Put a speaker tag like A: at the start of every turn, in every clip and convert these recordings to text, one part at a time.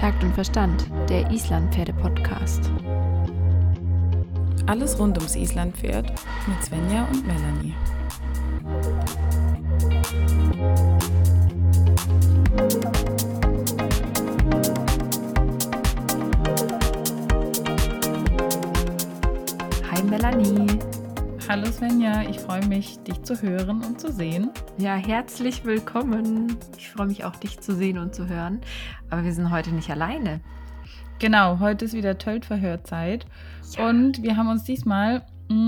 A: Takt und Verstand, der Islandpferde-Podcast.
B: Alles rund ums Islandpferd mit Svenja und Melanie.
A: Hi Melanie.
B: Hallo Svenja, ich freue mich, dich zu hören und zu sehen.
A: Ja, herzlich willkommen. Ich freue mich auch, dich zu sehen und zu hören. Aber wir sind heute nicht alleine.
B: Genau, heute ist wieder Töltverhörzeit. Ja. Und wir haben uns diesmal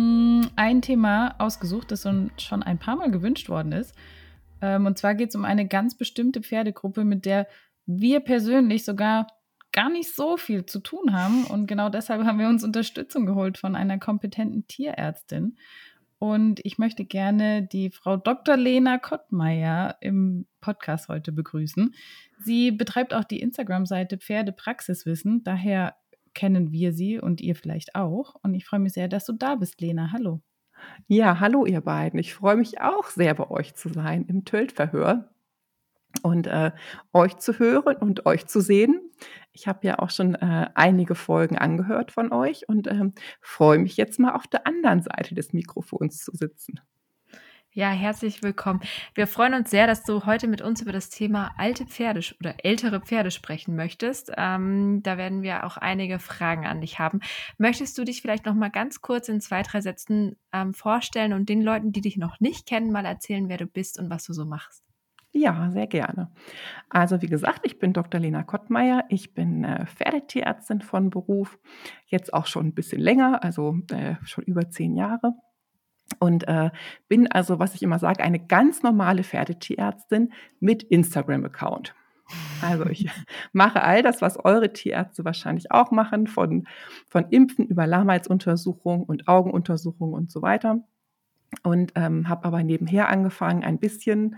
B: ein Thema ausgesucht, das schon ein paar Mal gewünscht worden ist. Und zwar geht es um eine ganz bestimmte Pferdegruppe, mit der wir persönlich sogar gar nicht so viel zu tun haben. Und genau deshalb haben wir uns Unterstützung geholt von einer kompetenten Tierärztin. Und ich möchte gerne die Frau Dr. Lena Kottmeier im Podcast heute begrüßen. Sie betreibt auch die Instagram-Seite Pferdepraxiswissen. Daher kennen wir sie und ihr vielleicht auch. Und ich freue mich sehr, dass du da bist, Lena. Hallo.
C: Ja, hallo ihr beiden. Ich freue mich auch sehr, bei euch zu sein im Töltverhör und euch zu hören und euch zu sehen. Ich habe ja auch schon einige Folgen angehört von euch und freue mich jetzt mal auf der anderen Seite des Mikrofons zu sitzen.
A: Ja, herzlich willkommen. Wir freuen uns sehr, dass du heute mit uns über das Thema alte Pferde oder ältere Pferde sprechen möchtest. Da werden wir auch einige Fragen an dich haben. Möchtest du dich vielleicht noch mal ganz kurz in 2-3 Sätzen vorstellen und den Leuten, die dich noch nicht kennen, mal erzählen, wer du bist und was du so machst?
C: Ja, sehr gerne. Also wie gesagt, ich bin Dr. Lena Kottmeier. Ich bin Pferdetierärztin von Beruf, jetzt auch schon ein bisschen länger, also schon über 10 Jahre. Und bin also, was ich immer sage, eine ganz normale Pferdetierärztin mit Instagram-Account. Also ich mache all das, was eure Tierärzte wahrscheinlich auch machen, von Impfen über Lahmheitsuntersuchungen und Augenuntersuchungen und so weiter. Und habe aber nebenher angefangen, ein bisschen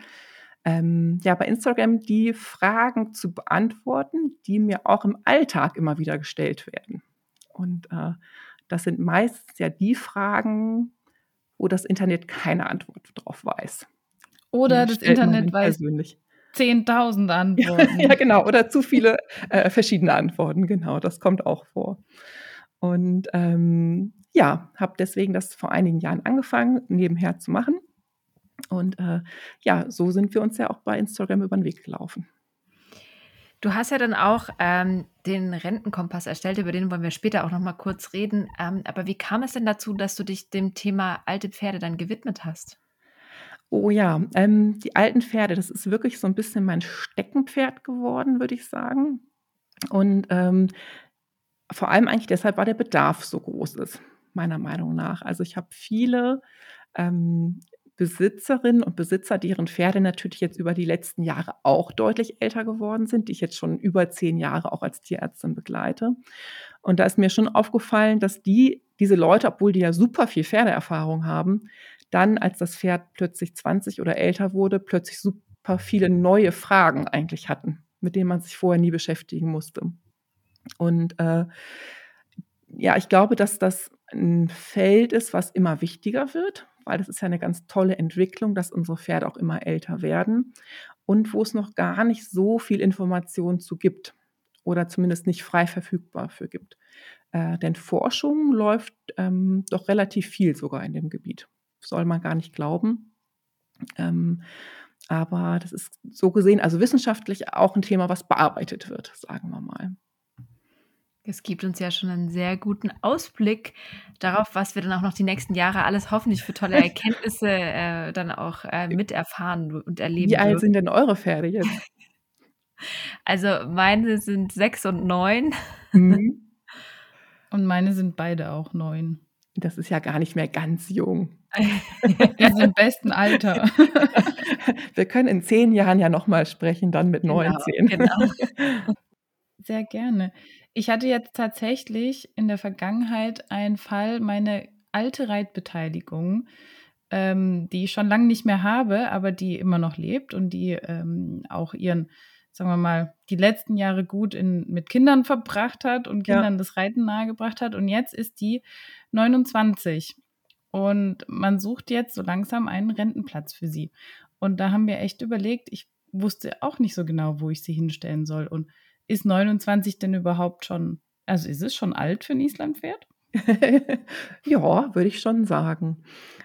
C: bei Instagram die Fragen zu beantworten, die mir auch im Alltag immer wieder gestellt werden. Und das sind meistens ja die Fragen, wo das Internet keine Antwort drauf weiß.
B: Oder das Internet weiß 10.000 Antworten.
C: Ja, genau. Oder zu viele verschiedene Antworten. Genau, das kommt auch vor. Und habe deswegen das vor einigen Jahren angefangen, nebenher zu machen. Und so sind wir uns ja auch bei Instagram über den Weg gelaufen.
A: Du hast ja dann auch den Rentenkompass erstellt, über den wollen wir später auch noch mal kurz reden. Aber wie kam es denn dazu, dass du dich dem Thema alte Pferde dann gewidmet hast?
C: Oh ja, die alten Pferde, das ist wirklich so ein bisschen mein Steckenpferd geworden, würde ich sagen. Und vor allem eigentlich deshalb, weil der Bedarf so groß ist, meiner Meinung nach. Also ich habe viele Besitzerinnen und Besitzer, deren Pferde natürlich jetzt über die letzten Jahre auch deutlich älter geworden sind, die ich jetzt schon über 10 Jahre auch als Tierärztin begleite. Und da ist mir schon aufgefallen, dass diese Leute, obwohl die ja super viel Pferdeerfahrung haben, dann, als das Pferd plötzlich 20 oder älter wurde, plötzlich super viele neue Fragen eigentlich hatten, mit denen man sich vorher nie beschäftigen musste. Und ich glaube, dass das ein Feld ist, was immer wichtiger wird, weil das ist ja eine ganz tolle Entwicklung, dass unsere Pferde auch immer älter werden und wo es noch gar nicht so viel Information zu gibt oder zumindest nicht frei verfügbar für gibt. Denn Forschung läuft doch relativ viel sogar in dem Gebiet. Soll man gar nicht glauben. Aber das ist so gesehen, also wissenschaftlich auch ein Thema, was bearbeitet wird, sagen wir mal.
A: Es gibt uns ja schon einen sehr guten Ausblick darauf, was wir dann auch noch die nächsten Jahre alles hoffentlich für tolle Erkenntnisse dann auch miterfahren und erleben
C: Wie alt
A: dürfen.
C: sind denn eure Pferde jetzt?
A: Also meine sind 6 und 9.
C: Mhm.
B: Und meine sind beide auch 9.
C: Das ist ja gar nicht mehr ganz jung.
B: Die sind im besten Alter.
C: Wir können in 10 Jahren ja noch mal sprechen, dann mit 19.
A: Genau.
B: Sehr gerne. Ich hatte jetzt tatsächlich in der Vergangenheit einen Fall, meine alte Reitbeteiligung, die ich schon lange nicht mehr habe, aber die immer noch lebt und die auch ihren, sagen wir mal, die letzten Jahre gut mit Kindern verbracht hat und Kindern das Reiten nahegebracht hat. Und jetzt ist die 29 und man sucht jetzt so langsam einen Rentenplatz für sie. Und da haben wir echt überlegt, ich wusste auch nicht so genau, wo ich sie hinstellen soll. Und ist 29 denn überhaupt schon, also ist es schon alt für ein Islandpferd?
C: Ja, würde ich schon sagen.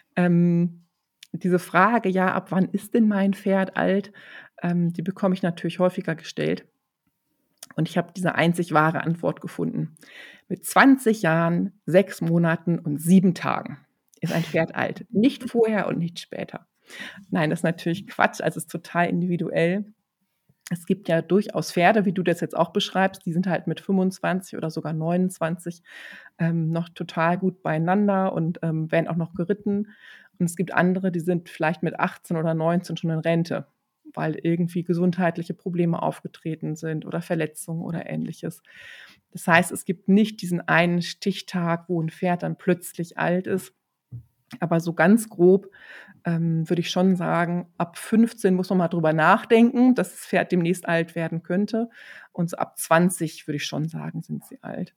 C: Diese Frage, ja, ab wann ist denn mein Pferd alt, die bekomme ich natürlich häufiger gestellt. Und ich habe diese einzig wahre Antwort gefunden. Mit 20 Jahren, 6 Monaten und 7 Tagen ist ein Pferd alt. Nicht vorher und nicht später. Nein, das ist natürlich Quatsch, also es ist total individuell. Es gibt ja durchaus Pferde, wie du das jetzt auch beschreibst, die sind halt mit 25 oder sogar 29 noch total gut beieinander und werden auch noch geritten. Und es gibt andere, die sind vielleicht mit 18 oder 19 schon in Rente, weil irgendwie gesundheitliche Probleme aufgetreten sind oder Verletzungen oder Ähnliches. Das heißt, es gibt nicht diesen einen Stichtag, wo ein Pferd dann plötzlich alt ist. Aber so ganz grob würde ich schon sagen, ab 15 muss man mal drüber nachdenken, dass das Pferd demnächst alt werden könnte. Und so ab 20 würde ich schon sagen, sind sie alt.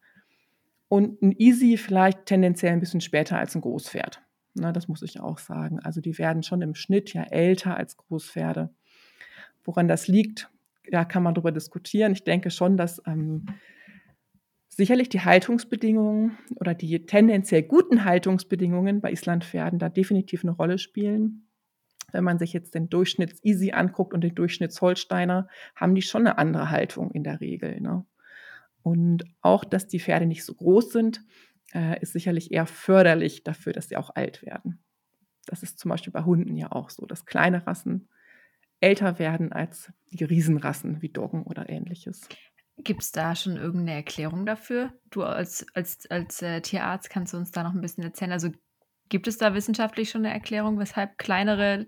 C: Und ein Easy vielleicht tendenziell ein bisschen später als ein Großpferd. Ne, das muss ich auch sagen. Also die werden schon im Schnitt ja älter als Großpferde. Woran das liegt, da kann man drüber diskutieren. Ich denke schon, dass sicherlich die Haltungsbedingungen oder die tendenziell guten Haltungsbedingungen bei Islandpferden da definitiv eine Rolle spielen. Wenn man sich jetzt den Durchschnitts-Easy anguckt und den Durchschnitts-Holsteiner, haben die schon eine andere Haltung in der Regel, ne? Und auch, dass die Pferde nicht so groß sind, ist sicherlich eher förderlich dafür, dass sie auch alt werden. Das ist zum Beispiel bei Hunden ja auch so, dass kleine Rassen älter werden als die Riesenrassen wie Doggen oder Ähnliches.
A: Gibt es da schon irgendeine Erklärung dafür? Du als Tierarzt kannst du uns da noch ein bisschen erzählen. Also gibt es da wissenschaftlich schon eine Erklärung, weshalb kleinere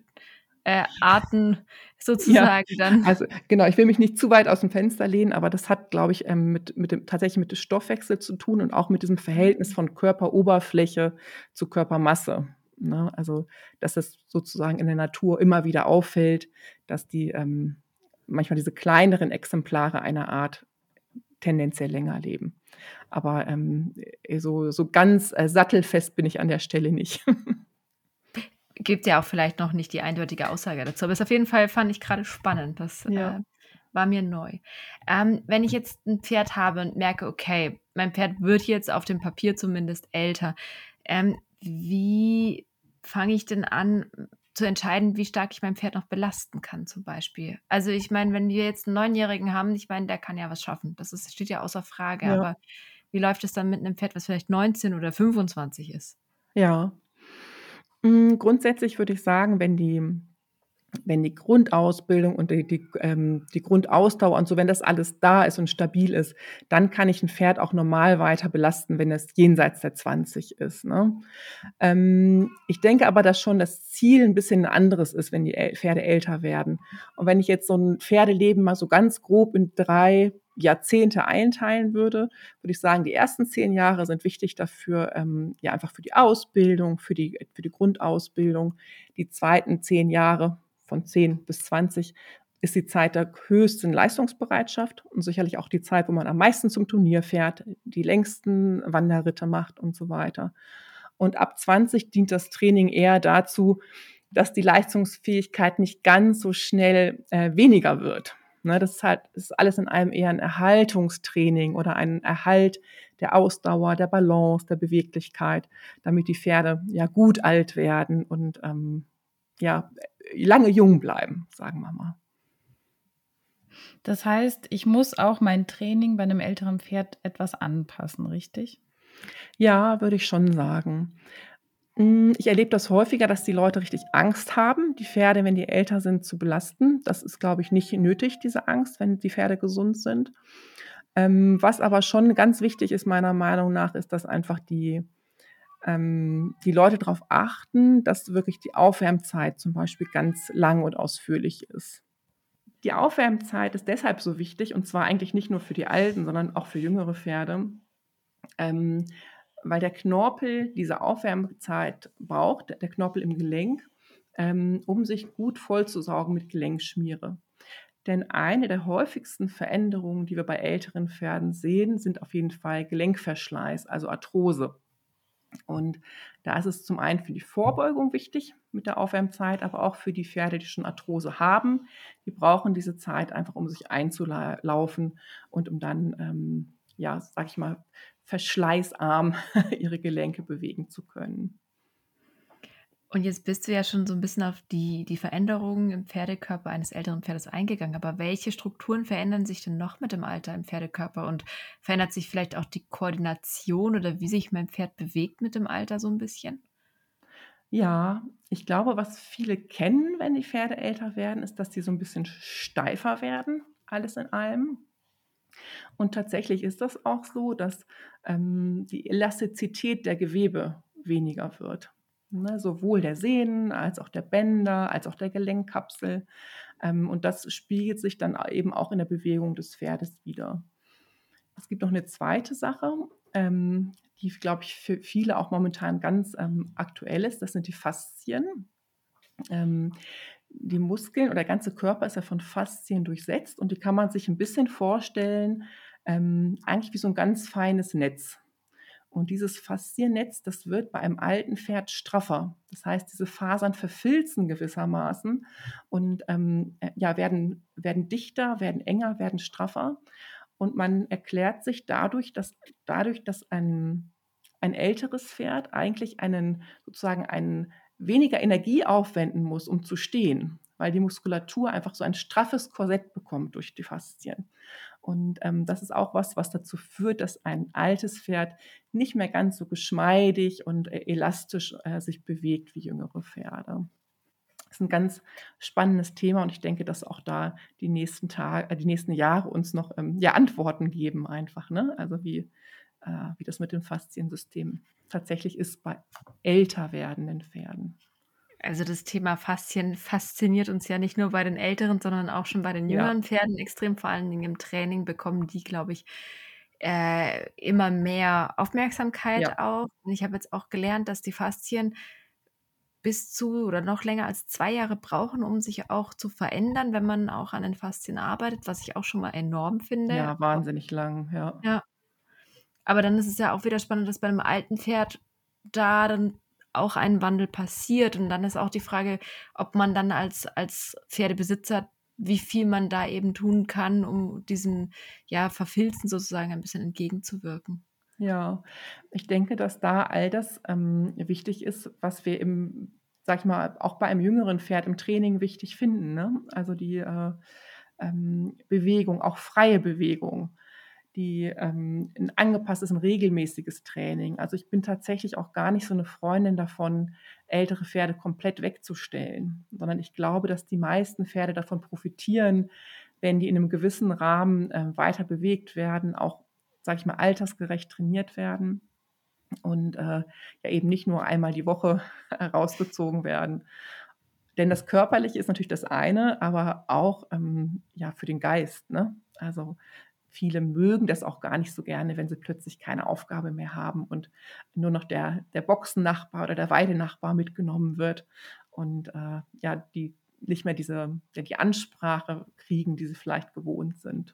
A: Arten
C: Ja,
A: sozusagen dann.
C: also genau, ich will mich nicht zu weit aus dem Fenster lehnen, aber das hat, glaube ich, tatsächlich mit dem Stoffwechsel zu tun und auch mit diesem Verhältnis von Körperoberfläche zu Körpermasse. Ne? Also, dass es sozusagen in der Natur immer wieder auffällt, dass die manchmal diese kleineren Exemplare einer Art tendenziell länger leben. Aber so ganz sattelfest bin ich an der Stelle nicht.
A: Gibt ja auch vielleicht noch nicht die eindeutige Aussage dazu. Aber es auf jeden Fall fand ich gerade spannend. Das
C: Ja.
A: war mir neu. Wenn ich jetzt ein Pferd habe und merke, okay, mein Pferd wird jetzt auf dem Papier zumindest älter, wie fange ich denn an zu entscheiden, wie stark ich mein Pferd noch belasten kann zum Beispiel? Also ich meine, wenn wir jetzt einen 9-Jährigen haben, ich meine, der kann ja was schaffen. Steht ja außer Frage.
C: Ja.
A: Aber wie läuft es dann mit einem Pferd, was vielleicht 19 oder 25 ist?
C: Ja. Grundsätzlich würde ich sagen, wenn die Grundausbildung und die Grundausdauer und so, wenn das alles da ist und stabil ist, dann kann ich ein Pferd auch normal weiter belasten, wenn es jenseits der 20 ist, ne? Ich denke aber, dass schon das Ziel ein bisschen 'n anderes ist, wenn die Pferde älter werden. Und wenn ich jetzt so ein Pferdeleben mal so ganz grob in 3 Jahrzehnte einteilen würde ich sagen, die ersten 10 Jahre sind wichtig dafür, ja, einfach für die Ausbildung, für die Grundausbildung. Die zweiten 10 Jahre von 10 bis 20 ist die Zeit der höchsten Leistungsbereitschaft und sicherlich auch die Zeit, wo man am meisten zum Turnier fährt, die längsten Wanderritte macht und so weiter. Und ab 20 dient das Training eher dazu, dass die Leistungsfähigkeit nicht ganz so schnell weniger wird. Ne, das ist alles in allem eher ein Erhaltungstraining oder ein Erhalt der Ausdauer, der Balance, der Beweglichkeit, damit die Pferde ja gut alt werden und ja, lange jung bleiben, sagen wir mal.
B: Das heißt, ich muss auch mein Training bei einem älteren Pferd etwas anpassen, richtig?
C: Ja, würde ich schon sagen. Ich erlebe das häufiger, dass die Leute richtig Angst haben, die Pferde, wenn die älter sind, zu belasten. Das ist, glaube ich, nicht nötig, diese Angst, wenn die Pferde gesund sind. Was aber schon ganz wichtig ist, meiner Meinung nach, ist, dass einfach die Leute darauf achten, dass wirklich die Aufwärmzeit zum Beispiel ganz lang und ausführlich ist. Die Aufwärmzeit ist deshalb so wichtig, und zwar eigentlich nicht nur für die alten, sondern auch für jüngere Pferde, ähm, weil der Knorpel diese Aufwärmzeit braucht, der Knorpel im Gelenk, um sich gut vollzusaugen mit Gelenkschmiere. Denn eine der häufigsten Veränderungen, die wir bei älteren Pferden sehen, sind auf jeden Fall Gelenkverschleiß, also Arthrose. Und da ist es zum einen für die Vorbeugung wichtig mit der Aufwärmzeit, aber auch für die Pferde, die schon Arthrose haben. Die brauchen diese Zeit einfach, um sich einzulaufen und um dann, ja, sag ich mal, verschleißarm ihre Gelenke bewegen zu können.
A: Und jetzt bist du ja schon so ein bisschen auf die Veränderungen im Pferdekörper eines älteren Pferdes eingegangen. Aber welche Strukturen verändern sich denn noch mit dem Alter im Pferdekörper? Und verändert sich vielleicht auch die Koordination oder wie sich mein Pferd bewegt mit dem Alter so ein bisschen?
C: Ja, ich glaube, was viele kennen, wenn die Pferde älter werden, ist, dass die so ein bisschen steifer werden, alles in allem. Und tatsächlich ist das auch so, dass, die Elastizität der Gewebe weniger wird, ne? Sowohl der Sehnen als auch der Bänder, als auch der Gelenkkapsel. Und das spiegelt sich dann eben auch in der Bewegung des Pferdes wider. Es gibt noch eine zweite Sache, die, glaube ich, für viele auch momentan ganz, aktuell ist. Das sind die Faszien. Ähm, Die Muskeln oder der ganze Körper ist ja von Faszien durchsetzt und die kann man sich ein bisschen vorstellen, eigentlich wie so ein ganz feines Netz. Und dieses Fasziennetz, das wird bei einem alten Pferd straffer. Das heißt, diese Fasern verfilzen gewissermaßen und, ja, werden dichter, werden enger, werden straffer. Und man erklärt sich dadurch, dass ein älteres Pferd eigentlich einen weniger Energie aufwenden muss, um zu stehen, weil die Muskulatur einfach so ein straffes Korsett bekommt durch die Faszien. Und, das ist auch was, was dazu führt, dass ein altes Pferd nicht mehr ganz so geschmeidig und, elastisch, sich bewegt wie jüngere Pferde. Das ist ein ganz spannendes Thema und ich denke, dass auch da die nächsten Jahre uns noch, ja, Antworten geben einfach, ne? Also, wie das mit dem Fasziensystem tatsächlich ist bei älter werdenden Pferden.
A: Also, das Thema Faszien fasziniert uns ja nicht nur bei den älteren, sondern auch schon bei den
C: Ja,
A: jüngeren Pferden extrem. Vor allen Dingen im Training bekommen die, glaube ich, immer mehr
C: ja,
A: Aufmerksamkeit auch. Und ich habe jetzt auch gelernt, dass die Faszien bis zu oder noch länger als 2 Jahre brauchen, um sich auch zu verändern, wenn man auch an den Faszien arbeitet, was ich auch schon mal enorm finde.
C: ja, wahnsinnig lang, ja.
A: Ja, aber dann ist es ja auch wieder spannend, dass bei 'nem alten Pferd da dann auch ein Wandel passiert. Und dann ist auch die Frage, ob man dann als Pferdebesitzer wie viel man da eben tun kann, um diesem, ja, Verfilzen sozusagen ein bisschen entgegenzuwirken.
C: Ja, ich denke, dass da all das, wichtig ist, was wir sage ich mal, auch bei einem jüngeren Pferd im Training wichtig finden, ne? Also die, Bewegung, auch freie Bewegung, 'n angepasstes und regelmäßiges Training. Also, ich bin tatsächlich auch gar nicht so eine Freundin davon, ältere Pferde komplett wegzustellen, sondern ich glaube, dass die meisten Pferde davon profitieren, wenn die in einem gewissen Rahmen, weiter bewegt werden, auch, sage ich mal, altersgerecht trainiert werden und, ja eben nicht nur einmal die Woche rausgezogen werden. Denn das Körperliche ist natürlich das eine, aber auch, ja, für den Geist, ne? Also, viele mögen das auch gar nicht so gerne, wenn sie plötzlich keine Aufgabe mehr haben und nur noch der Boxennachbar oder der Weidenachbar mitgenommen wird und, ja, die nicht mehr die Ansprache kriegen, die sie vielleicht gewohnt sind.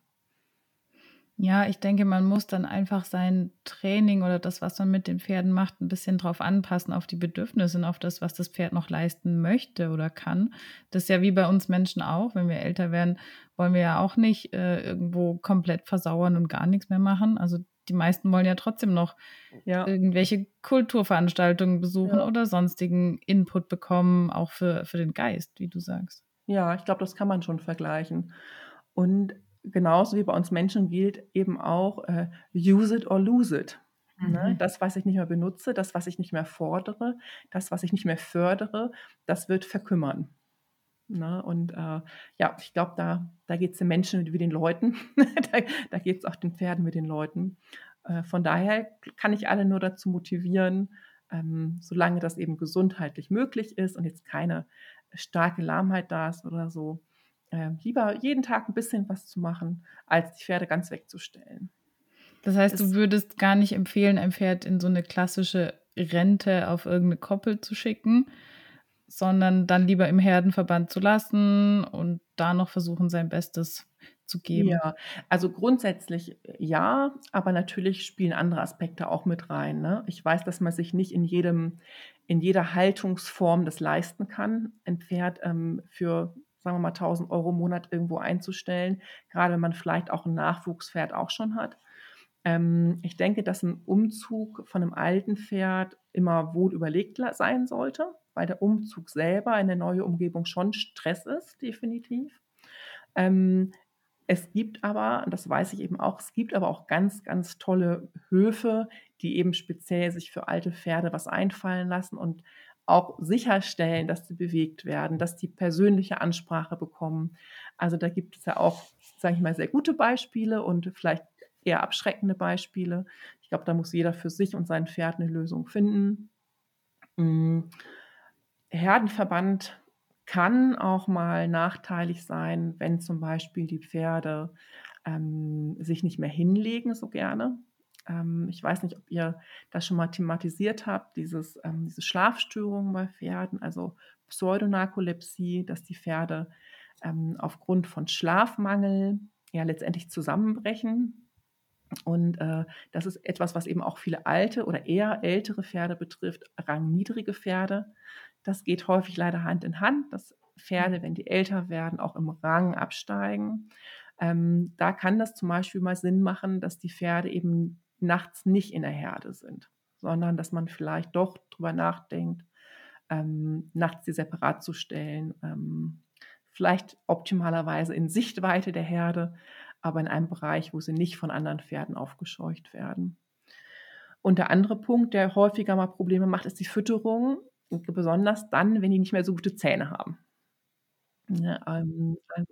B: Ja, ich denke, man muss dann einfach sein Training oder das, was man mit den Pferden macht, ein bisschen drauf anpassen auf die Bedürfnisse und auf das, was das Pferd noch leisten möchte oder kann. Das ist ja wie bei uns Menschen auch. Wenn wir älter werden, wollen wir ja auch nicht, irgendwo komplett versauern und gar nichts mehr machen. Also, die meisten wollen ja trotzdem noch
C: Ja,
B: irgendwelche Kulturveranstaltungen besuchen
C: ja.
B: oder sonstigen Input bekommen, auch für den Geist, wie du sagst.
C: Ja, ich glaube, das kann man schon vergleichen. Und genauso wie bei uns Menschen gilt eben auch, use it or lose it, ne?
A: Mhm.
C: Das, was ich nicht mehr benutze, das, was ich nicht mehr fordere, das, was ich nicht mehr fördere, das wird verkümmern, ne? Und, ja, ich glaube, da geht's den Menschen wie den Leuten. Da geht's auch den Pferden wie den Leuten. Von daher kann ich alle nur dazu motivieren, solange das eben gesundheitlich möglich ist und jetzt keine starke Lahmheit da ist oder so, lieber jeden Tag ein bisschen was zu machen, als die Pferde ganz wegzustellen.
B: Das heißt, du
A: Es
B: würdest gar nicht empfehlen, ein Pferd in so 'ne klassische Rente auf irgend 'ne Koppel zu schicken, sondern dann lieber im Herdenverband zu lassen und da noch versuchen, sein Bestes zu geben?
C: Ja, also grundsätzlich ja, aber natürlich spielen andere Aspekte auch mit rein, ne? Ich weiß, dass man sich nicht in jeder Haltungsform das leisten kann, ein Pferd, für, sagen wir mal, 1.000 € im Monat irgendwo einzustellen, grade wenn man vielleicht auch 'n Nachwuchspferd auch schon hat. Ich denke, dass 'n Umzug von 'nem alten Pferd immer wohl überlegt sein sollte, weil der Umzug selber in 'ne neue Umgebung schon Stress ist, definitiv. Ähm, Es gibt aber, und das weiß ich eben auch, es gibt aber auch ganz, ganz tolle Höfe, die eben speziell sich für alte Pferde was einfallen lassen und auch sicherstellen, dass sie bewegt werden, dass die persönliche Ansprache bekommen. Also, da gibt es ja auch, sage ich mal, sehr gute Beispiele und vielleicht eher abschreckende Beispiele. Ich glaube, da muss jeder für sich und sein Pferd 'ne Lösung finden. Hm, Herdenverband kann auch mal nachteilig sein, wenn zum Beispiel die Pferde, sich nicht mehr hinlegen so gerne. Ich weiß nicht, ob ihr das schon mal thematisiert habt, diese Schlafstörungen bei Pferden, also Pseudonarkolepsie, dass die Pferde, aufgrund von Schlafmangel ja letztendlich zusammenbrechen. Und, das ist etwas, was eben auch viele alte oder eher ältere Pferde betrifft, rangniedrige Pferde. Das geht häufig leider Hand in Hand, dass Pferde, wenn die älter werden, auch im Rang absteigen. Da kann das zum Beispiel mal Sinn machen, dass die Pferde eben nachts nicht in der Herde sind, sondern dass man vielleicht doch drüber nachdenkt, nachts die separat zu stellen, vielleicht optimalerweise in Sichtweite der Herde, aber in einem Bereich, wo sie nicht von anderen Pferden aufgescheucht werden. Und der andere Punkt, der häufiger mal Probleme macht, ist die Fütterung, besonders dann, wenn die nicht mehr so gute Zähne haben. Ne, also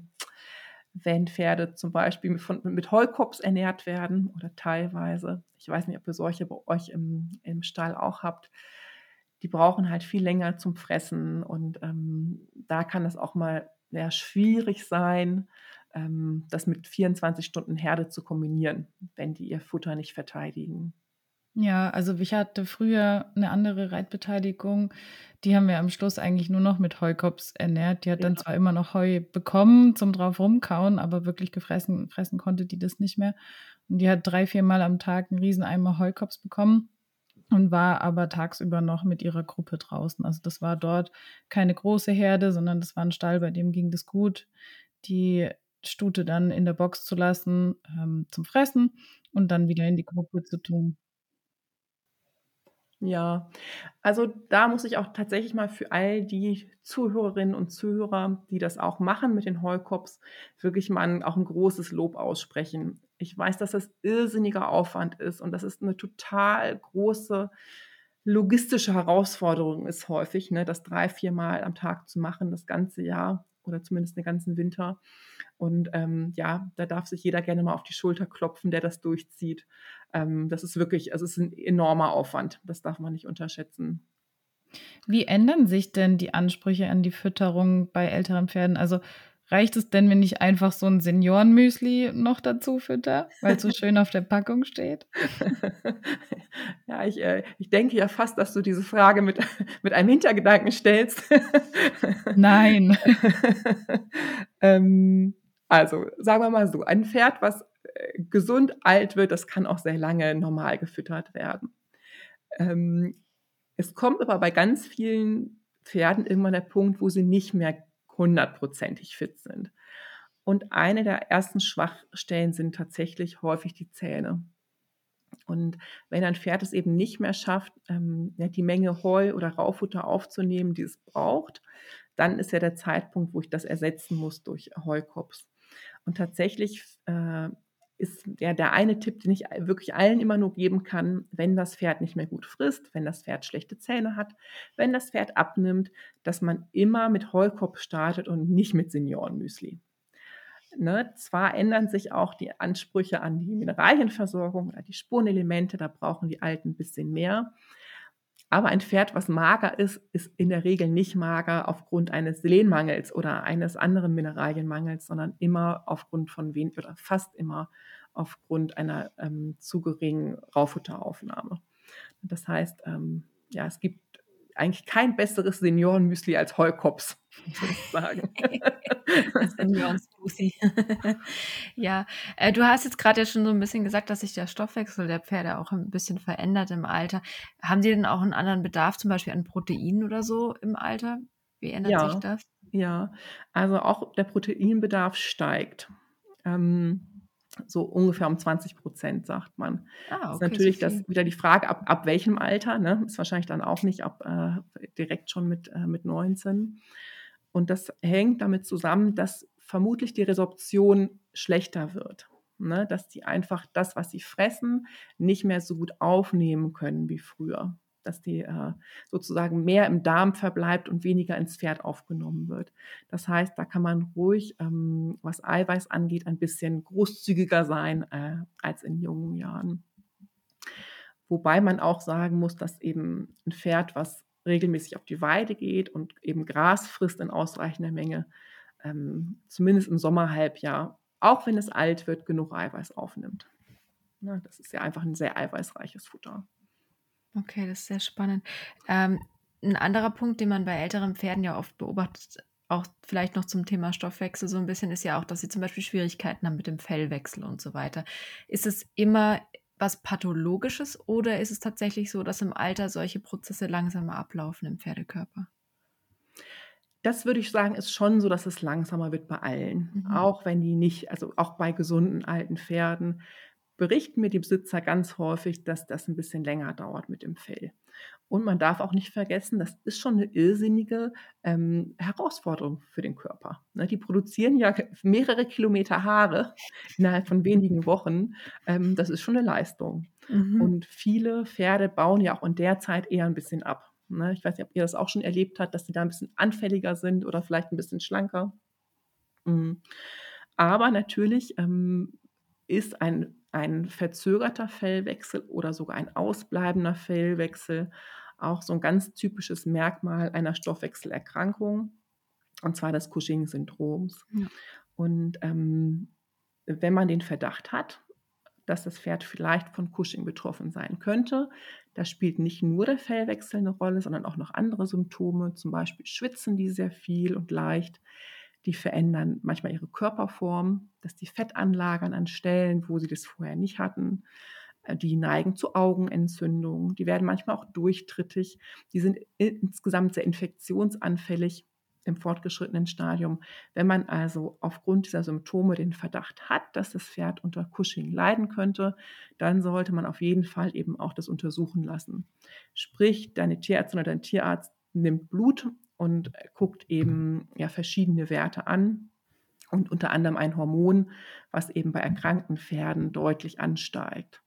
C: wenn Pferde zum Beispiel mit Heulkops ernährt werden oder teilweise, ich weiß nicht, ob ihr solche bei euch im Stall auch habt, die brauchen halt viel länger zum Fressen und, da kann es auch mal, ja, schwierig sein, das mit 24 Stunden Herde zu kombinieren, wenn die ihr Futter nicht verteidigen.
B: Ja, also ich hatte früher eine andere Reitbeteiligung, die haben wir am Schluss eigentlich nur noch mit Heukops ernährt. Die hat dann
C: Ja.
B: zwar immer noch Heu bekommen zum drauf rumkauen, aber wirklich fressen konnte die das nicht mehr. Und die hat 3, 4 Mal am Tag 'n Rieseneimer Heukops bekommen und war aber tagsüber noch mit ihrer Gruppe draußen. Also, das war dort keine große Herde, sondern das war 'n Stall, bei dem ging das gut, die Stute dann in der Box zu lassen, zum Fressen und dann wieder in die Gruppe zu tun.
C: Ja, also da muss ich auch tatsächlich mal für all die Zuhörerinnen und Zuhörer, die das auch machen mit den Heulkops, wirklich mal auch ein großes Lob aussprechen. Ich weiß, dass das irrsinniger Aufwand ist und das ist eine total große logistische Herausforderung ist häufig, ne, das 3, 4 Mal am Tag zu machen, das ganze Jahr oder zumindest den ganzen Winter. Und, ja, da darf sich jeder gerne mal auf die Schulter klopfen, der das durchzieht. Das ist wirklich, also, es ist 'n enormer Aufwand. Das darf man nicht unterschätzen.
B: Wie ändern sich denn die Ansprüche an die Fütterung bei älteren Pferden? Also, reicht es denn, wenn ich einfach so 'n Seniorenmüsli noch dazu fütter, weil's so schön auf der Packung steht?
C: Ja, ich denke ja fast, dass du diese Frage mit mit einem Hintergedanken stellst.
B: Nein.
C: Ähm, also, sagen wir mal so, ein Pferd, was, gesund alt wird, das kann auch sehr lange normal gefüttert werden. Ähm, Es kommt aber bei ganz vielen Pferden irgendwann der Punkt, wo sie nicht mehr hundertprozentig fit sind. Und eine der ersten Schwachstellen sind tatsächlich häufig die Zähne. Und wenn ein Pferd es eben nicht mehr schafft, ja, die Menge Heu oder Raufutter aufzunehmen, die es braucht, dann ist ja der Zeitpunkt, wo ich das ersetzen muss durch Heukops. Und tatsächlich, ist ja der eine Tipp, den ich wirklich allen immer nur geben kann, wenn das Pferd nicht mehr gut frisst, wenn das Pferd schlechte Zähne hat, wenn das Pferd abnimmt, dass man immer mit Heulkopf startet und nicht mit Seniorenmüsli. Ne? Zwar ändern sich auch die Ansprüche an die Mineralienversorgung oder die Spurenelemente, da brauchen die Alten 'n bisschen mehr. Aber ein Pferd, was mager ist, ist in der Regel nicht mager aufgrund eines Selenmangels oder eines anderen Mineralienmangels, sondern immer aufgrund von oder fast immer aufgrund einer, zu geringen Raufutteraufnahme. Das heißt, ja, es gibt eigentlich kein besseres Seniorenmüsli als Heukops, würde ich sagen.
A: Das Senioren-Smoothie. Ja, du hast jetzt gerade ja schon so ein bisschen gesagt, dass sich der Stoffwechsel der Pferde auch ein bisschen verändert im Alter. Haben die denn auch einen anderen Bedarf, zum Beispiel an Proteinen oder so im Alter? Wie ändert sich
C: Ja,
A: das?
C: ja. Also auch der Proteinbedarf steigt. So ungefähr um 20%, sagt man.
A: Ah,
C: Ist
A: okay, so
C: natürlich das
A: viel.
C: wieder die Frage, ab welchem Alter, ne? Ist wahrscheinlich dann auch nicht direkt schon mit 19. Und das hängt damit zusammen, dass vermutlich die Resorption schlechter wird, ne? Dass die einfach das, was sie fressen, nicht mehr so gut aufnehmen können wie früher. Dass die sozusagen mehr im Darm verbleibt und weniger ins Pferd aufgenommen wird. Das heißt, da kann man ruhig, was Eiweiß angeht, ein bisschen großzügiger sein als in jungen Jahren. Wobei man auch sagen muss, dass eben ein Pferd, was regelmäßig auf die Weide geht und eben Gras frisst in ausreichender Menge, zumindest im Sommerhalbjahr, auch wenn es alt wird, genug Eiweiß aufnimmt. Ne, das ist ja einfach ein sehr eiweißreiches Futter.
A: Okay, das ist sehr spannend. 'N anderer Punkt, den man bei älteren Pferden ja oft beobachtet, auch vielleicht noch zum Thema Stoffwechsel so ein bisschen, ist ja auch, dass sie zum Beispiel Schwierigkeiten haben mit dem Fellwechsel und so weiter. Ist es immer was Pathologisches oder ist es tatsächlich so, dass im Alter solche Prozesse langsamer ablaufen im Pferdekörper?
C: Das würde ich sagen, ist schon so, dass es langsamer wird bei allen,
A: Mhm.
C: auch wenn die nicht, also auch bei gesunden alten Pferden berichten mir die Besitzer ganz häufig, dass das ein bisschen länger dauert mit dem Fell. Und man darf auch nicht vergessen, das ist schon 'ne irrsinnige, Herausforderung für den Körper, ne? Die produzieren ja mehrere Kilometer Haare innerhalb von wenigen Wochen. Das ist schon 'ne Leistung.
A: Mhm.
C: Und viele Pferde bauen ja auch in der Zeit eher 'n bisschen ab, ne? Ich weiß nicht, ob ihr das auch schon erlebt habt, dass die da 'n bisschen anfälliger sind oder vielleicht 'n bisschen schlanker. Mhm. Aber natürlich, ist ein verzögerter Fellwechsel oder sogar ein ausbleibender Fellwechsel auch so 'n ganz typisches Merkmal einer Stoffwechselerkrankung, und zwar des Cushing-Syndroms.
A: Ja.
C: Und, wenn man den Verdacht hat, dass das Pferd vielleicht von Cushing betroffen sein könnte, da spielt nicht nur der Fellwechsel 'ne Rolle, sondern auch noch andere Symptome. Zum Beispiel schwitzen die sehr viel und leicht. Die verändern manchmal ihre Körperform, dass die Fett anlagern an Stellen, wo sie das vorher nicht hatten. Die neigen zu Augenentzündungen. Die werden manchmal auch durchtrittig. Die sind insgesamt sehr infektionsanfällig im fortgeschrittenen Stadium. Wenn man also aufgrund dieser Symptome den Verdacht hat, dass das Pferd unter Cushing leiden könnte, dann sollte man auf jeden Fall eben auch das untersuchen lassen. Sprich, deine Tierärztin oder dein Tierarzt nimmt Blut und guckt eben, ja, verschiedene Werte an und unter anderem ein Hormon, was eben bei erkrankten Pferden deutlich ansteigt.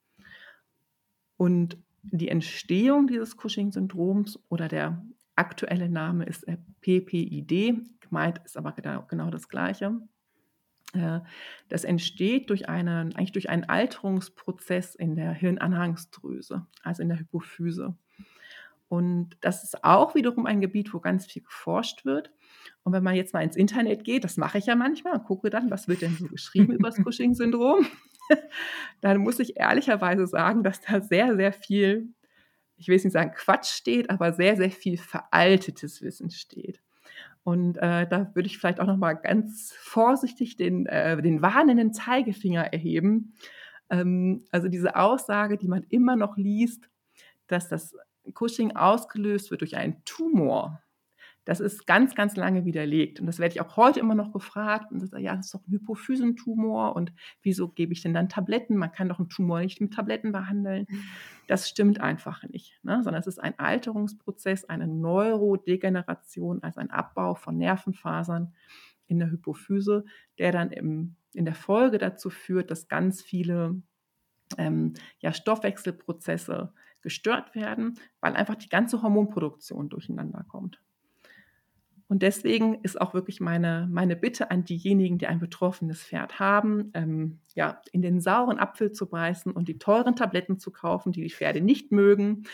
C: Und die Entstehung dieses Cushing-Syndroms, oder der aktuelle Name ist, PPID, gemeint ist aber genau das Gleiche. Äh, Das entsteht eigentlich durch einen Alterungsprozess in der Hirnanhangsdrüse, also in der Hypophyse. Und das ist auch wiederum ein Gebiet, wo ganz viel geforscht wird. Und wenn man jetzt mal ins Internet geht, das mache ich ja manchmal, und gucke dann, was wird denn so geschrieben über das Cushing-Syndrom, dann muss ich ehrlicherweise sagen, dass da sehr, sehr viel, ich will jetzt nicht sagen Quatsch steht, aber sehr, sehr viel veraltetes Wissen steht. Und, da würde ich vielleicht auch noch mal ganz vorsichtig den warnenden Zeigefinger erheben. Also diese Aussage, die man immer noch liest, dass das Cushing ausgelöst wird durch einen Tumor. Das ist ganz, ganz lange widerlegt. Und das werde ich auch heute immer noch gefragt. Und so: „Ja, das ist doch 'n Hypophysentumor, und wieso gebe ich denn dann Tabletten? Man kann doch 'n Tumor nicht mit Tabletten behandeln.“ Das stimmt einfach nicht, ne? Sondern es ist ein Alterungsprozess, eine Neurodegeneration, also ein Abbau von Nervenfasern in der Hypophyse, der dann in der Folge dazu führt, dass ganz viele, ja, Stoffwechselprozesse gestört werden, weil einfach die ganze Hormonproduktion durcheinander kommt. Und deswegen ist auch wirklich meine Bitte an diejenigen, die ein betroffenes Pferd haben, ja, in den sauren Apfel zu beißen und die teuren Tabletten zu kaufen, die die Pferde nicht mögen,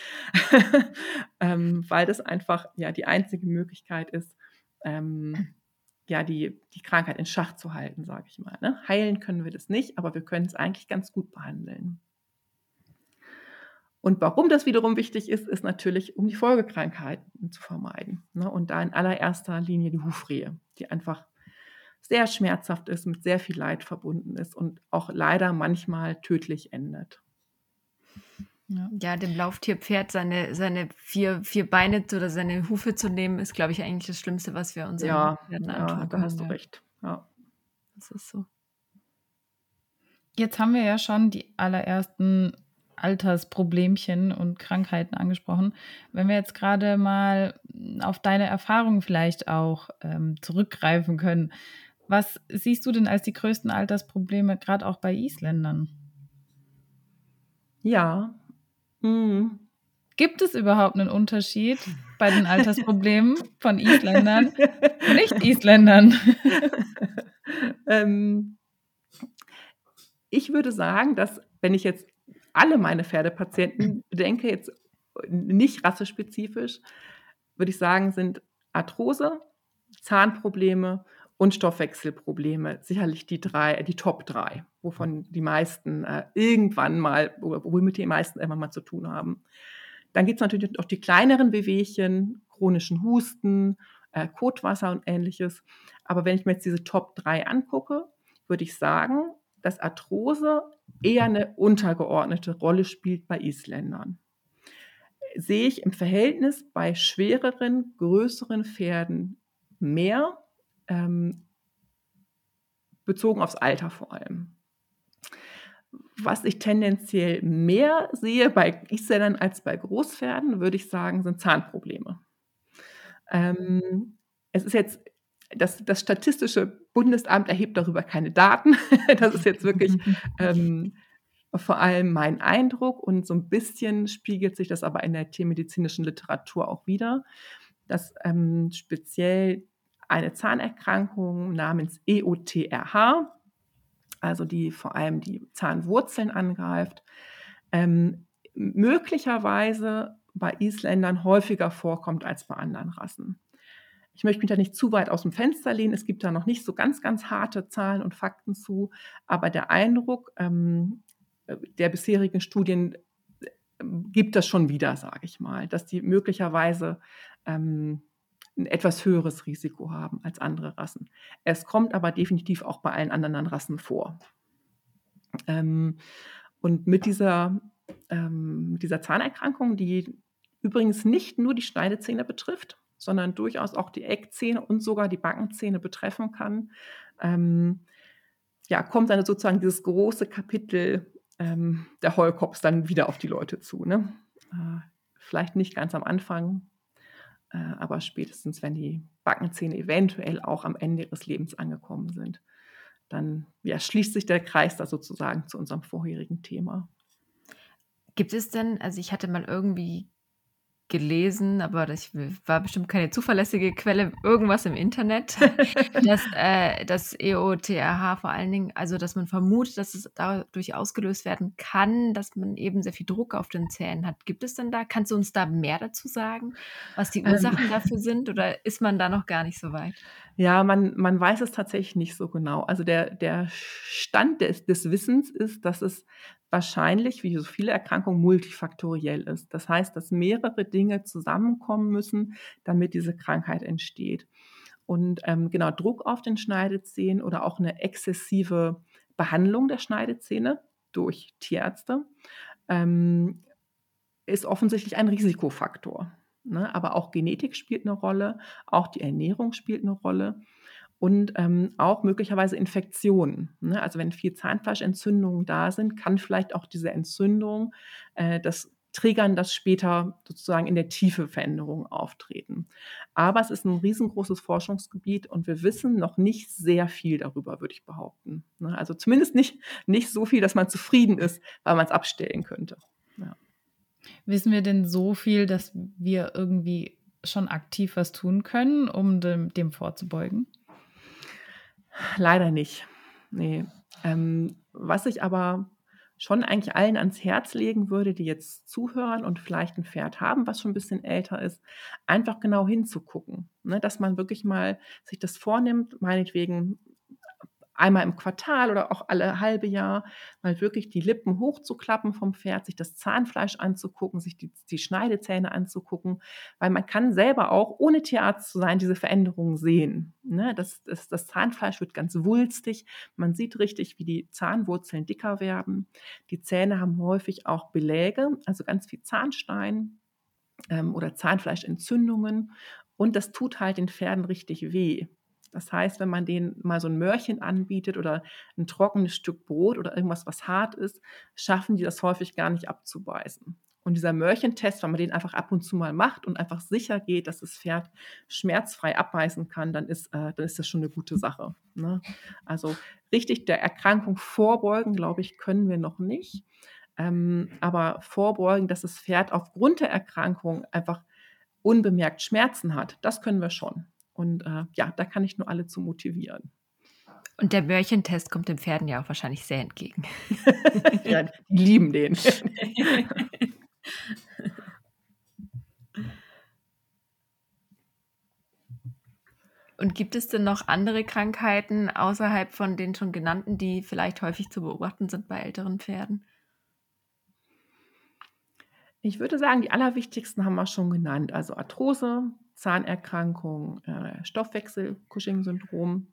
C: weil das einfach, ja, die einzige Möglichkeit ist, ja, die Krankheit in Schach zu halten, sage ich mal, ne? Heilen können wir das nicht, aber wir können es eigentlich ganz gut behandeln. Und warum das wiederum wichtig ist, ist natürlich, um die Folgekrankheiten zu vermeiden. Ne? Und da in allererster Linie die Hufrehe, die einfach sehr schmerzhaft ist, mit sehr viel Leid verbunden ist und auch leider manchmal tödlich endet.
A: Ja, dem Lauftierpferd seine vier Beine oder seine Hufe zu nehmen, ist, glaube ich, eigentlich das Schlimmste, was wir unseren Pferden antun
C: da hast du
A: können.
C: recht. Ja.
A: Das ist so.
B: Jetzt haben wir ja schon die allerersten Altersproblemchen und Krankheiten angesprochen. Wenn wir jetzt gerade mal auf deine Erfahrungen vielleicht auch zurückgreifen können, was siehst du denn als die größten Altersprobleme, gerade auch bei Isländern?
C: Ja. Mhm.
B: Gibt es überhaupt einen Unterschied bei den Altersproblemen von Isländern und Nicht-Isländern?
C: Ich würde sagen, dass, wenn ich jetzt alle meine Pferdepatienten bedenke, jetzt nicht rassespezifisch, würde ich sagen, sind Arthrose, Zahnprobleme und Stoffwechselprobleme sicherlich die Top 3, wovon die meisten irgendwann mal, womit die meisten irgendwann mal zu tun haben. Dann gibt es natürlich auch die kleineren Wehwehchen, chronischen Husten, Kotwasser und Ähnliches. Aber wenn ich mir jetzt diese Top 3 angucke, würde ich sagen, dass Arthrose eher eine untergeordnete Rolle spielt bei Isländern. Sehe ich im Verhältnis bei schwereren, größeren Pferden mehr, bezogen aufs Alter vor allem. Was ich tendenziell mehr sehe bei Isländern als bei Großpferden, würde ich sagen, sind Zahnprobleme. Es ist jetzt das Statistische Bundesamt erhebt darüber keine Daten. Das ist jetzt wirklich vor allem mein Eindruck, und so 'n bisschen spiegelt sich das aber in der tiermedizinischen Literatur auch wider, dass speziell eine Zahnerkrankung namens EOTRH, also die vor allem die Zahnwurzeln angreift, möglicherweise bei Isländern häufiger vorkommt als bei anderen Rassen. Ich möchte mich da nicht zu weit aus dem Fenster lehnen. Es gibt da noch nicht so ganz, ganz harte Zahlen und Fakten zu, aber der Eindruck der bisherigen Studien gibt das schon wieder, sage ich mal, dass die möglicherweise 'n etwas höheres Risiko haben als andere Rassen. Es kommt aber definitiv auch bei allen anderen Rassen vor. Und mit dieser Zahnerkrankung, die übrigens nicht nur die Schneidezähne betrifft, sondern durchaus auch die Eckzähne und sogar die Backenzähne betreffen kann, kommt dann sozusagen dieses große Kapitel der Heulkops dann wieder auf die Leute zu, ne? Vielleicht nicht ganz am Anfang, aber spätestens, wenn die Backenzähne eventuell auch am Ende ihres Lebens angekommen sind, dann schließt sich der Kreis da sozusagen zu unserem vorherigen Thema.
A: Gibt es denn, also ich hatte mal irgendwie gelesen, aber das war bestimmt keine zuverlässige Quelle, irgendwas im Internet, dass das EOTRH vor allen Dingen, also dass man vermutet, dass es dadurch ausgelöst werden kann, dass man eben sehr viel Druck auf den Zähnen hat. Gibt es denn da, kannst du uns da mehr dazu sagen, was die Ursachen dafür sind, oder ist man da noch gar nicht so weit?
C: Ja, man weiß es tatsächlich nicht so genau. Also der Stand des Wissens ist, dass es wahrscheinlich, wie so viele Erkrankungen, multifaktoriell ist. Das heißt, dass mehrere Dinge zusammenkommen müssen, damit diese Krankheit entsteht. Und genau, Druck auf den Schneidezähnen oder auch eine exzessive Behandlung der Schneidezähne durch Tierärzte ist offensichtlich ein Risikofaktor, ne? Aber auch Genetik spielt eine Rolle, auch die Ernährung spielt eine Rolle und auch möglicherweise Infektionen, ne? Also, wenn viel Zahnfleischentzündungen da sind, kann vielleicht auch diese Entzündung das triggern, dass später sozusagen in der Tiefe Veränderungen auftreten. Aber es ist ein riesengroßes Forschungsgebiet und wir wissen noch nicht sehr viel darüber, würde ich behaupten, ne? Also, zumindest nicht so viel, dass man zufrieden ist, weil man es abstellen könnte. Ja.
B: Wissen wir denn so viel, dass wir irgendwie schon aktiv was tun können, um dem vorzubeugen?
C: Leider nicht. Ne. Was ich aber schon eigentlich allen ans Herz legen würde, die jetzt zuhören und vielleicht 'n Pferd haben, was schon 'n bisschen älter ist, einfach genau hinzugucken, ne? Dass man wirklich mal sich das vornimmt, meinetwegen einmal im Quartal oder auch alle halbe Jahr mal wirklich die Lippen hochzuklappen vom Pferd, sich das Zahnfleisch anzugucken, sich die Schneidezähne anzugucken, weil man kann selber auch, ohne Tierarzt zu sein, diese Veränderungen sehen. Ne? Das Zahnfleisch wird ganz wulstig, man sieht richtig, wie die Zahnwurzeln dicker werden. Die Zähne haben häufig auch Beläge, also ganz viel Zahnstein oder Zahnfleischentzündungen. Und das tut halt den Pferden richtig weh. Das heißt, wenn man denen mal so ein Möhrchen anbietet oder ein trockenes Stück Brot oder irgendwas, was hart ist, schaffen die das häufig gar nicht abzubeißen. Und dieser Möhrchentest, wenn man den einfach ab und zu mal macht und einfach sicher geht, dass das Pferd schmerzfrei abbeißen kann, dann ist das schon eine gute Sache. Ne? Also richtig der Erkrankung vorbeugen, glaube ich, können wir noch nicht. Aber vorbeugen, dass das Pferd aufgrund der Erkrankung einfach unbemerkt Schmerzen hat, das können wir schon. Und ja, da kann ich nur alle zu motivieren.
A: Und der Möhrchentest kommt den Pferden ja auch wahrscheinlich sehr entgegen.
C: Ja, die lieben den.
A: Und gibt es denn noch andere Krankheiten außerhalb von den schon genannten, die vielleicht häufig zu beobachten sind bei älteren Pferden?
C: Ich würde sagen, die allerwichtigsten haben wir schon genannt. Also Arthrose, Zahnerkrankung, Stoffwechsel-Cushing-Syndrom.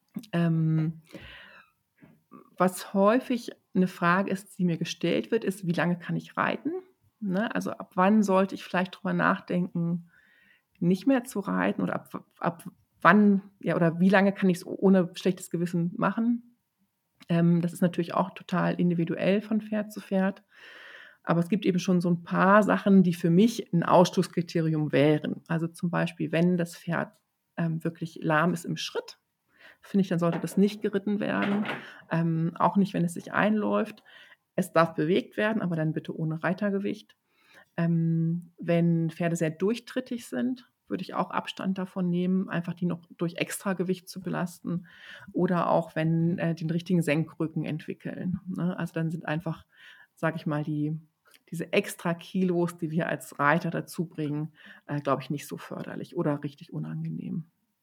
C: Was häufig eine Frage ist, die mir gestellt wird, ist: Wie lange kann ich reiten? Ne? Also ab wann sollte ich vielleicht drüber nachdenken, nicht mehr zu reiten, oder ab wann, ja, oder wie lange kann ich es ohne schlechtes Gewissen machen? Das ist natürlich auch total individuell von Pferd zu Pferd. Aber es gibt eben schon so ein paar Sachen, die für mich ein Ausschlusskriterium wären. Also zum Beispiel, wenn das Pferd wirklich lahm ist im Schritt, finde ich, dann sollte das nicht geritten werden. Auch nicht, wenn es sich einläuft. Es darf bewegt werden, aber dann bitte ohne Reitergewicht. Wenn Pferde sehr durchtrittig sind, würde ich auch Abstand davon nehmen, einfach die noch durch Extragewicht zu belasten. Oder auch, wenn die 'n richtigen Senkrücken entwickeln, ne? Also, dann sind einfach, sage ich mal, diese extra Kilos, die wir als Reiter dazu bringen, glaube ich, nicht so förderlich oder richtig unangenehm.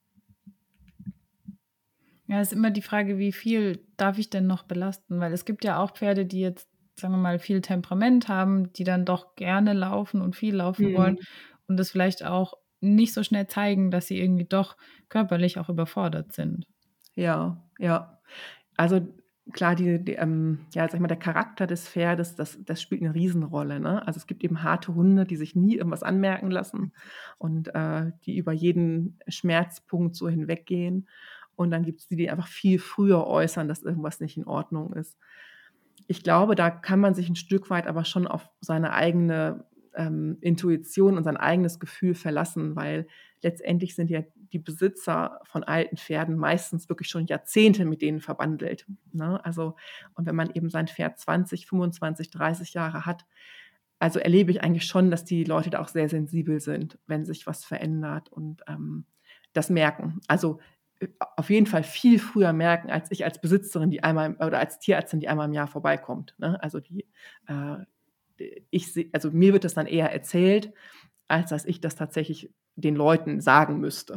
B: Ja, ist immer die Frage, wie viel darf ich denn noch belasten? Weil es gibt ja auch Pferde, die jetzt, sagen wir mal, viel Temperament haben, die dann doch gerne laufen und viel laufen wollen
C: Mhm.
B: und das vielleicht auch nicht so schnell zeigen, dass sie irgendwie doch körperlich auch überfordert sind.
C: Ja, ja. Also, klar, ja, sage ich mal, der Charakter des Pferdes, das spielt eine Riesenrolle, ne? Also, es gibt eben harte Hunde, die sich nie irgendwas anmerken lassen und die über jeden Schmerzpunkt so hinweggehen. Und dann gibt's die einfach viel früher äußern, dass irgendwas nicht in Ordnung ist. Ich glaube, da kann man sich ein Stück weit aber schon auf seine eigene Intuition und sein eigenes Gefühl verlassen, weil letztendlich sind ja die Besitzer von alten Pferden meistens wirklich schon Jahrzehnte mit denen verbandelt, ne? Also, und wenn man eben sein Pferd 20, 25, 30 Jahre hat, also erlebe ich eigentlich schon, dass die Leute da auch sehr sensibel sind, wenn sich was verändert und das merken. Also auf jeden Fall viel früher merken, als ich als Besitzerin, die einmal, oder als Tierärztin, die einmal im Jahr vorbeikommt, ne? Also äh, also mir wird das dann eher erzählt, als dass ich das tatsächlich den Leuten sagen müsste.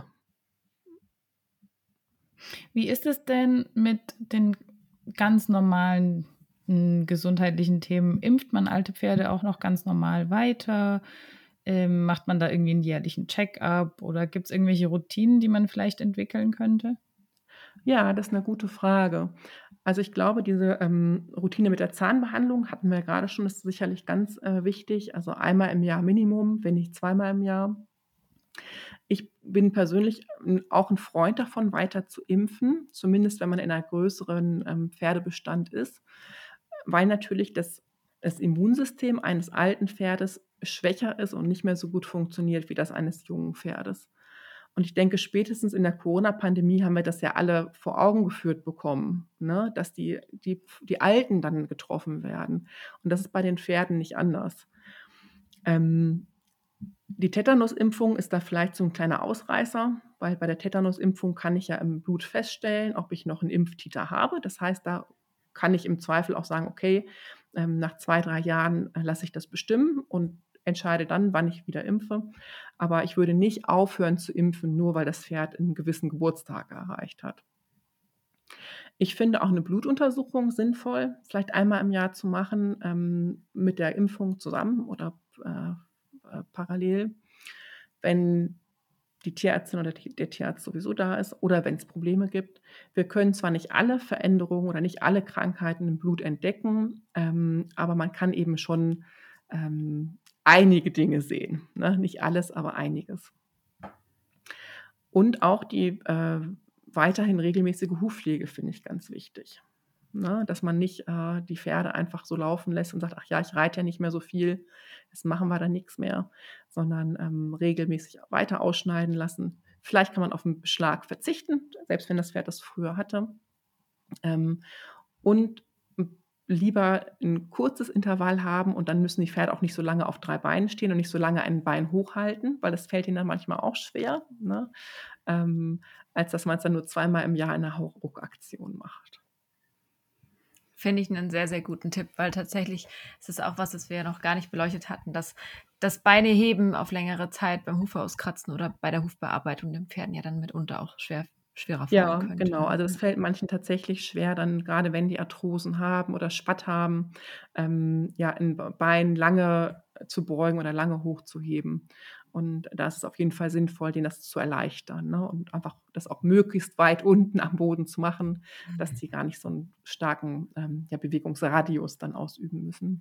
B: Wie ist es denn mit den ganz normalen gesundheitlichen Themen? Impft man alte Pferde auch noch ganz normal weiter? Macht man da irgendwie einen jährlichen Check-up oder gibt es irgendwelche Routinen, die man vielleicht entwickeln könnte?
C: Ja, das ist 'ne gute Frage. Also, ich glaube, diese Routine mit der Zahnbehandlung hatten wir grade schon, ist sicherlich ganz wichtig. Also, einmal im Jahr Minimum, wenn nicht zweimal im Jahr. Ich bin persönlich auch 'n Freund davon, weiter zu impfen, zumindest wenn man in einer größeren Pferdebestand ist, weil natürlich das Immunsystem eines alten Pferdes schwächer ist und nicht mehr so gut funktioniert wie das eines jungen Pferdes. Und ich denke, spätestens in der Corona-Pandemie haben wir das ja alle vor Augen geführt bekommen, ne, dass die Alten dann getroffen werden. Und das ist bei den Pferden nicht anders. Ähm, Die Tetanusimpfung ist da vielleicht so 'n kleiner Ausreißer, weil bei der Tetanusimpfung kann ich ja im Blut feststellen, ob ich noch 'n Impftiter habe. Das heißt, da kann ich im Zweifel auch sagen: „Okay, nach 2, 3 Jahren lasse ich das bestimmen und entscheide dann, wann ich wieder impfe.“ Aber ich würde nicht aufhören zu impfen, nur weil das Pferd 'n gewissen Geburtstag erreicht hat. Ich finde auch eine Blutuntersuchung sinnvoll, vielleicht einmal im Jahr zu machen, mit der Impfung zusammen oder parallel, wenn die Tierärztin oder der Tierarzt sowieso da ist oder wenn es Probleme gibt. Wir können zwar nicht alle Veränderungen oder nicht alle Krankheiten im Blut entdecken, aber man kann eben schon einige Dinge sehen. Ne? Nicht alles, aber einiges. Und auch die weiterhin regelmäßige Hufpflege finde ich ganz wichtig. Ne? Dass man nicht die Pferde einfach so laufen lässt und sagt, ach ja, ich reite ja nicht mehr so viel, jetzt machen wir da nichts mehr, sondern regelmäßig weiter ausschneiden lassen. Vielleicht kann man auf den Beschlag verzichten, selbst wenn das Pferd das früher hatte. Und lieber ein kurzes Intervall haben und dann müssen die Pferde auch nicht so lange auf 3 Beinen stehen und nicht so lange ein Bein hochhalten, weil das fällt ihnen dann manchmal auch schwer, ne? Als dass man es dann nur zweimal im Jahr in 'ner Hauruck-Aktion macht.
A: Finde ich einen sehr, sehr guten Tipp, weil tatsächlich ist es auch was, das wir ja noch gar nicht beleuchtet hatten, dass das Beine heben auf längere Zeit beim Hufauskatzen oder bei der Hufbearbeitung den Pferden ja dann mitunter auch schwerer fallen
C: Ja,
A: könnte.
C: genau. Also, es
A: Ja.
C: fällt manchen tatsächlich schwer, dann grade wenn die Arthrosen haben oder Spatt haben, ja, 'n Bein lange zu beugen oder lange hochzuheben. Und da ist es auf jeden Fall sinnvoll, denen das zu erleichtern, ne? Und einfach das auch möglichst weit unten am Boden zu machen, dass die gar nicht so 'n starken ja, Bewegungsradius dann ausüben müssen.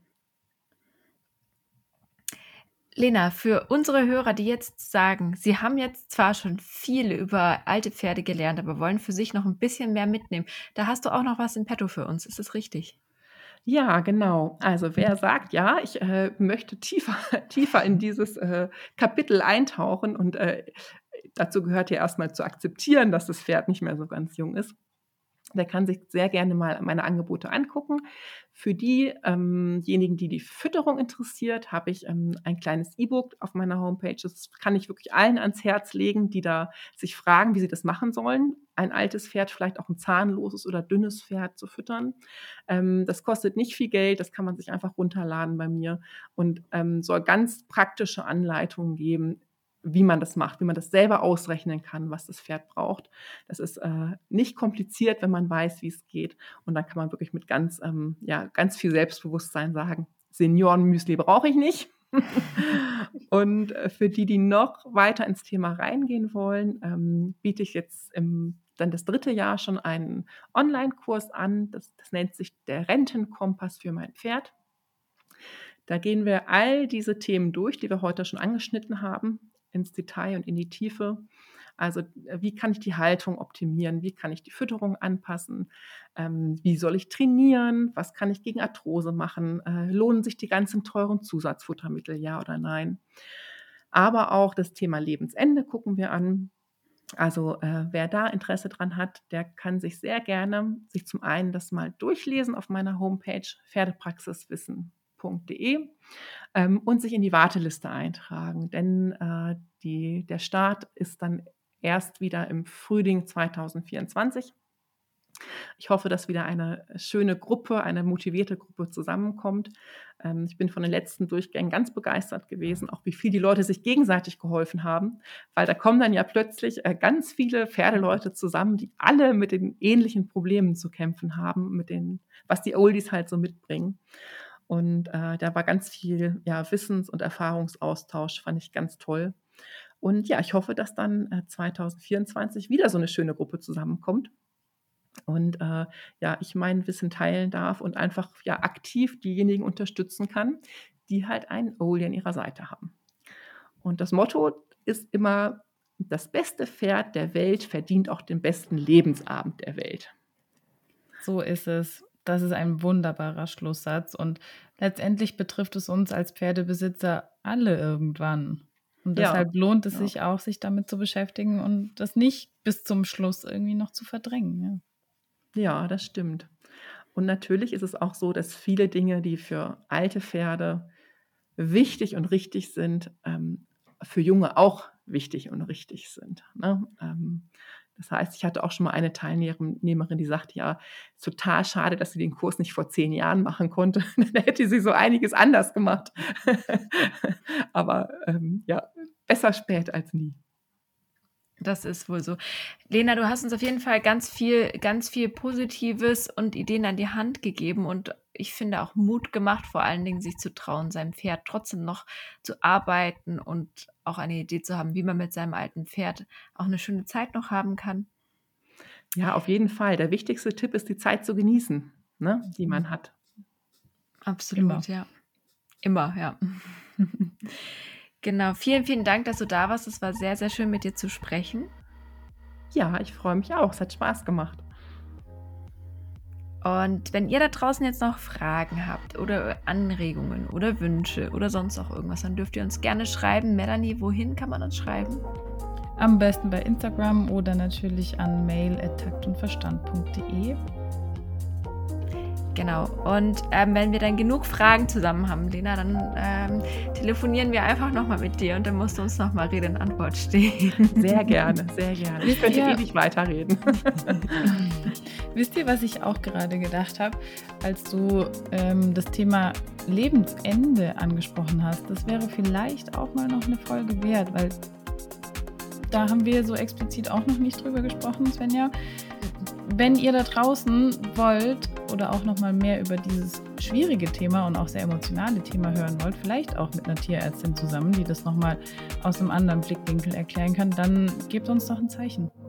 A: Lena, für unsere Hörer, die jetzt sagen, sie haben jetzt zwar schon viel über alte Pferde gelernt, aber wollen für sich noch ein bisschen mehr mitnehmen, da hast du auch noch was in petto für uns. Ist das richtig?
C: Ja, genau. Also, wer sagt: „Ja, ich möchte tiefer tiefer in dieses Kapitel eintauchen“ und dazu gehört ja erst mal zu akzeptieren, dass das Pferd nicht mehr so ganz jung ist. Der kann sich sehr gerne mal meine Angebote angucken. Für diejenigen, die die Fütterung interessiert, habe ich ein kleines E-Book auf meiner Homepage. Das kann ich wirklich allen ans Herz legen, die da sich fragen, wie sie das machen sollen, ein altes Pferd, vielleicht auch ein zahnloses oder dünnes Pferd zu füttern. Das kostet nicht viel Geld, das kann man sich einfach runterladen bei mir und soll ganz praktische Anleitungen geben, wie man das macht, wie man das selber ausrechnen kann, was das Pferd braucht. Das ist nicht kompliziert, wenn man weiß, wie es geht. Und dann kann man wirklich mit ja, ganz viel Selbstbewusstsein sagen: „Seniorenmüsli brauche ich nicht.“ Und für die, die noch weiter ins Thema reingehen wollen, biete ich jetzt dann das 3. Jahr schon einen Onlinekurs an. Das nennt sich der Rentenkompass für mein Pferd. Da gehen wir all diese Themen durch, die wir heute schon angeschnitten haben, ins Detail und in die Tiefe. Also, wie kann ich die Haltung optimieren? Wie kann ich die Fütterung anpassen? Wie soll ich trainieren? Was kann ich gegen Arthrose machen? Lohnen sich die ganzen teuren Zusatzfuttermittel, ja oder nein? Aber auch das Thema Lebensende gucken wir an. Also, wer da Interesse dran hat, der kann sich sehr gerne sich zum einen das mal durchlesen auf meiner Homepage pferdepraxiswissen.de, und sich in die Warteliste eintragen, denn der Start ist dann erst wieder im Frühling 2024. Ich hoffe, dass wieder eine schöne Gruppe, eine motivierte Gruppe zusammenkommt. Ich bin von den letzten Durchgängen ganz begeistert gewesen, auch wie viel die Leute sich gegenseitig geholfen haben, weil da kommen dann ja plötzlich ganz viele Pferdeleute zusammen, die alle mit den ähnlichen Problemen zu kämpfen haben, was die Oldies halt so mitbringen. Und da war ganz viel, ja, Wissens und Erfahrungsaustausch, fand ich ganz toll. Und ja, ich hoffe, dass dann 2024 wieder so eine schöne Gruppe zusammenkommt und ja, ich mein Wissen teilen darf und einfach, ja, aktiv diejenigen unterstützen kann, die halt einen Oldie an ihrer Seite haben. Und das Motto ist immer: „Das beste Pferd der Welt verdient auch den besten Lebensabend der Welt.“
B: So ist es. Das ist ein wunderbarer Schlusssatz und letztendlich betrifft es uns als Pferdebesitzer alle irgendwann. Und
C: Ja,
B: deshalb lohnt es
C: ja.
B: sich auch, sich damit zu beschäftigen und das nicht bis zum Schluss irgendwie noch zu verdrängen, ja.
C: Ja, das stimmt. Und natürlich ist es auch so, dass viele Dinge, die für alte Pferde wichtig und richtig sind, für Junge auch wichtig und richtig sind, ne? Das heißt, ich hatte auch schon mal eine Teilnehmerin, die sagte: „Ja, ist total schade, dass sie den Kurs nicht vor 10 Jahren machen konnte. Da hätte sie so einiges anders gemacht.“ Aber ja, besser spät als nie.
A: Das ist wohl so. Lena, du hast uns auf jeden Fall ganz viel Positives und Ideen an die Hand gegeben und ich finde auch Mut gemacht, vor allen Dingen sich zu trauen, seinem Pferd trotzdem noch zu arbeiten und auch eine Idee zu haben, wie man mit seinem alten Pferd auch eine schöne Zeit noch haben kann.
C: Ja, auf jeden Fall. Der wichtigste Tipp ist, die Zeit zu genießen, ne, die man hat.
A: Absolut, ja. Immer, ja. Genau. Vielen Dank, dass du da warst. Es war sehr, sehr schön, mit dir zu sprechen.
C: Ja, ich freue mich auch. Es hat Spaß gemacht.
A: Und wenn ihr da draußen jetzt noch Fragen habt oder Anregungen oder Wünsche oder sonst auch irgendwas, dann dürft ihr uns gerne schreiben. Melanie, wohin kann man uns schreiben?
B: Am besten bei Instagram oder natürlich an mail@taktundverstand.de.
A: Genau. Und wenn wir dann genug Fragen zusammen haben, Lena, dann telefonieren wir einfach nochmal mit dir und dann musst du uns nochmal Rede und Antwort stehen.
C: Sehr gerne, sehr gerne. Ich könnte ewig weiterreden.
B: Wisst ihr, was ich auch gerade gedacht habe, als du das Thema Lebensende angesprochen hast? Das wäre vielleicht auch mal noch eine Folge wert, weil da haben wir so explizit auch noch nicht drüber gesprochen, Svenja. Wenn ihr da draußen wollt oder auch noch mal mehr über dieses schwierige Thema und auch sehr emotionale Thema hören wollt, vielleicht auch mit einer Tierärztin zusammen, die das noch mal aus einem anderen Blickwinkel erklären kann, dann gebt uns doch ein Zeichen.